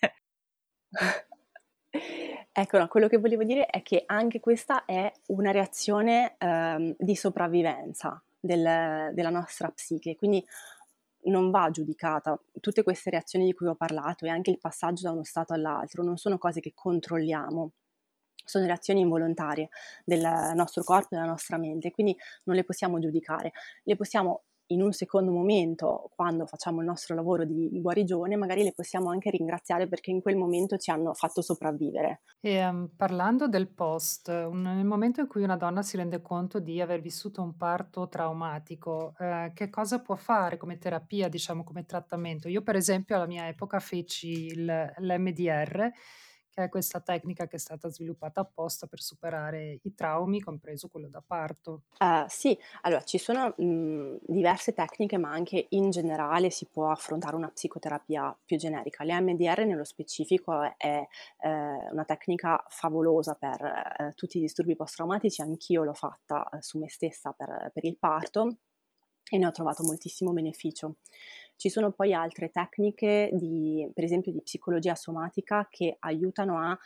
Ecco, no, quello che volevo dire è che anche questa è una reazione ehm, di sopravvivenza del- della nostra psiche, quindi non va giudicata. Tutte queste reazioni di cui ho parlato e anche il passaggio da uno stato all'altro non sono cose che controlliamo, sono reazioni involontarie del nostro corpo e della nostra mente, quindi non le possiamo giudicare, le possiamo in un secondo momento, quando facciamo il nostro lavoro di guarigione, magari le possiamo anche ringraziare perché in quel momento ci hanno fatto sopravvivere. E um, parlando del post, un- nel momento in cui una donna si rende conto di aver vissuto un parto traumatico, eh, che cosa può fare come terapia, diciamo come trattamento? Io per esempio alla mia epoca feci il- l'M D R, che è questa tecnica che è stata sviluppata apposta per superare i traumi, compreso quello da parto. Uh, sì, allora ci sono mh, diverse tecniche, ma anche in generale si può affrontare una psicoterapia più generica. L'E M D R nello specifico è, è eh, una tecnica favolosa per eh, tutti i disturbi post-traumatici, anch'io l'ho fatta eh, su me stessa per, per il parto e ne ho trovato moltissimo beneficio. Ci sono poi altre tecniche, di, per esempio di psicologia somatica, che aiutano a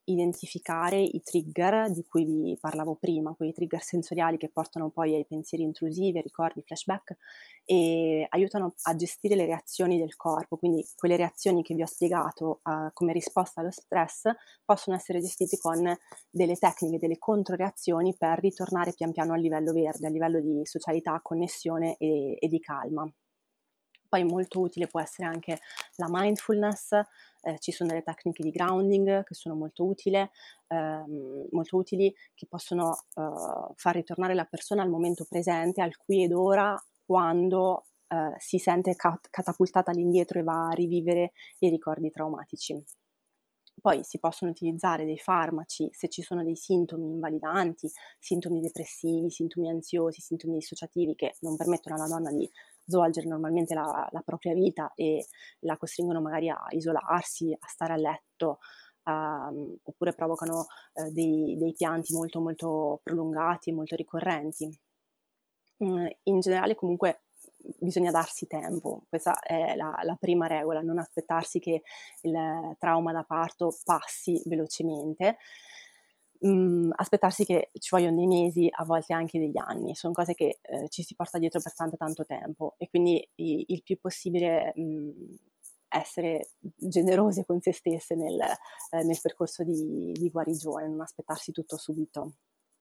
identificare i trigger di cui vi parlavo prima, quei trigger sensoriali che portano poi ai pensieri intrusivi, ai ricordi, flashback, e aiutano a gestire le reazioni del corpo. Quindi quelle reazioni che vi ho spiegato uh, come risposta allo stress possono essere gestite con delle tecniche, delle controreazioni per ritornare pian piano al livello verde, a livello di socialità, connessione e, e di calma. Poi molto utile può essere anche la mindfulness, eh, ci sono delle tecniche di grounding che sono molto, utile, ehm, molto utili, che possono eh, far ritornare la persona al momento presente, al qui ed ora, quando eh, si sente cat- catapultata all'indietro e va a rivivere i ricordi traumatici. Poi si possono utilizzare dei farmaci se ci sono dei sintomi invalidanti, sintomi depressivi, sintomi ansiosi, sintomi dissociativi che non permettono alla donna di svolgere normalmente la, la propria vita e la costringono magari a isolarsi, a stare a letto, um, oppure provocano uh, dei, dei pianti molto molto prolungati e molto ricorrenti. Mm, in generale comunque bisogna darsi tempo, questa è la, la prima regola, non aspettarsi che il trauma da parto passi velocemente, mm, aspettarsi che ci vogliono dei mesi, a volte anche degli anni, sono cose che eh, ci si porta dietro per tanto tanto tempo e quindi il, il più possibile mh, essere generose con se stesse nel, eh, nel percorso di, di guarigione, non aspettarsi tutto subito.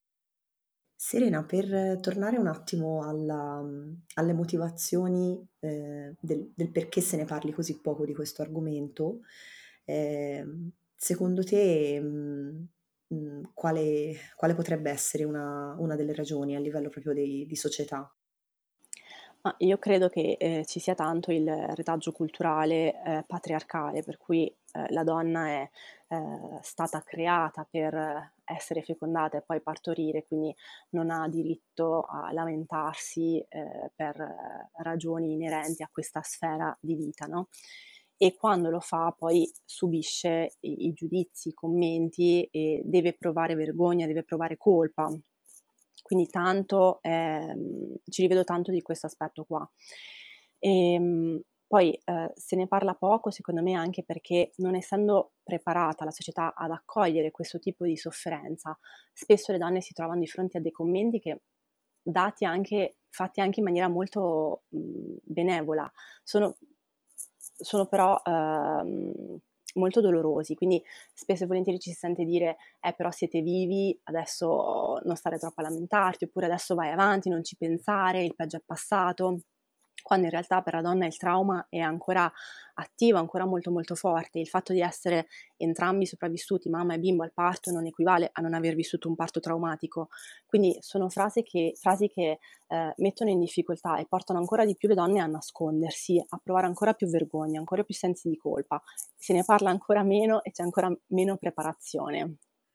Serena, per tornare un attimo alla, alle motivazioni eh, del, del perché se ne parli così poco di questo argomento, eh, secondo te mh, mh, quale, quale potrebbe essere una, una delle ragioni a livello proprio di, di società? Ma io credo che eh, ci sia tanto il retaggio culturale eh, patriarcale, per cui eh, la donna è eh, stata creata per essere fecondata e poi partorire, quindi non ha diritto a lamentarsi eh, per ragioni inerenti a questa sfera di vita, no? E quando lo fa poi subisce i, i giudizi, i commenti e deve provare vergogna, deve provare colpa. Quindi tanto, ehm, ci rivedo tanto di questo aspetto qua. E, poi eh, se ne parla poco, secondo me, anche perché non essendo preparata la società ad accogliere questo tipo di sofferenza, spesso le donne si trovano di fronte a dei commenti che, dati anche, fatti anche in maniera molto mh, benevola, sono, sono però ehm, molto dolorosi, quindi spesso e volentieri ci si sente dire eh però siete vivi, adesso non stare troppo a lamentarti, oppure adesso vai avanti, non ci pensare, il peggio è passato, quando in realtà per la donna il trauma è ancora attivo, ancora molto molto forte. Il fatto di essere entrambi sopravvissuti, mamma e bimbo, al parto non equivale a non aver vissuto un parto traumatico, quindi sono frasi che, frasi che eh, mettono in difficoltà e portano ancora di più le donne a nascondersi, a provare ancora più vergogna, ancora più sensi di colpa, se ne parla ancora meno e c'è ancora meno preparazione.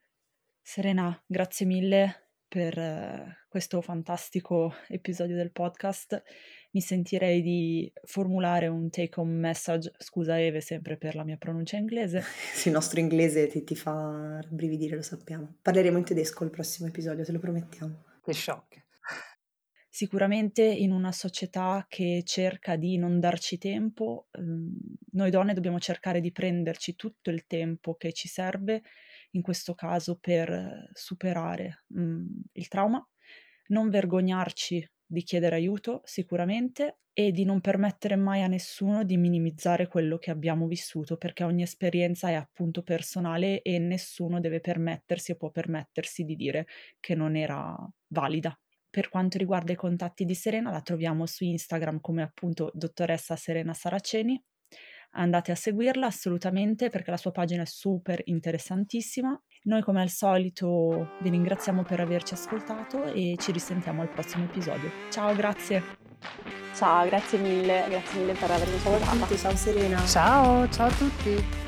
Serena, grazie mille per eh, questo fantastico episodio del podcast. Mi sentirei di formulare un take home message, scusa Eve sempre per la mia pronuncia inglese. Sì, il nostro inglese ti, ti fa rabbrividire, lo sappiamo. Parleremo in tedesco il prossimo episodio, te lo promettiamo. Che shock. Sicuramente in una società che cerca di non darci tempo, ehm, noi donne dobbiamo cercare di prenderci tutto il tempo che ci serve, in questo caso per superare mh, il trauma, non vergognarci di chiedere aiuto sicuramente e di non permettere mai a nessuno di minimizzare quello che abbiamo vissuto, perché ogni esperienza è appunto personale e nessuno deve permettersi o può permettersi di dire che non era valida. Per quanto riguarda i contatti di Serena, la troviamo su Instagram come appunto dottoressa Serena Saraceni. Andate a seguirla assolutamente perché la sua pagina è super interessantissima. Noi come al solito vi ringraziamo per averci ascoltato e ci risentiamo al prossimo episodio. Ciao, grazie. Ciao, grazie mille, grazie mille per avermi ascoltata. Ciao Serena. Ciao, ciao a tutti.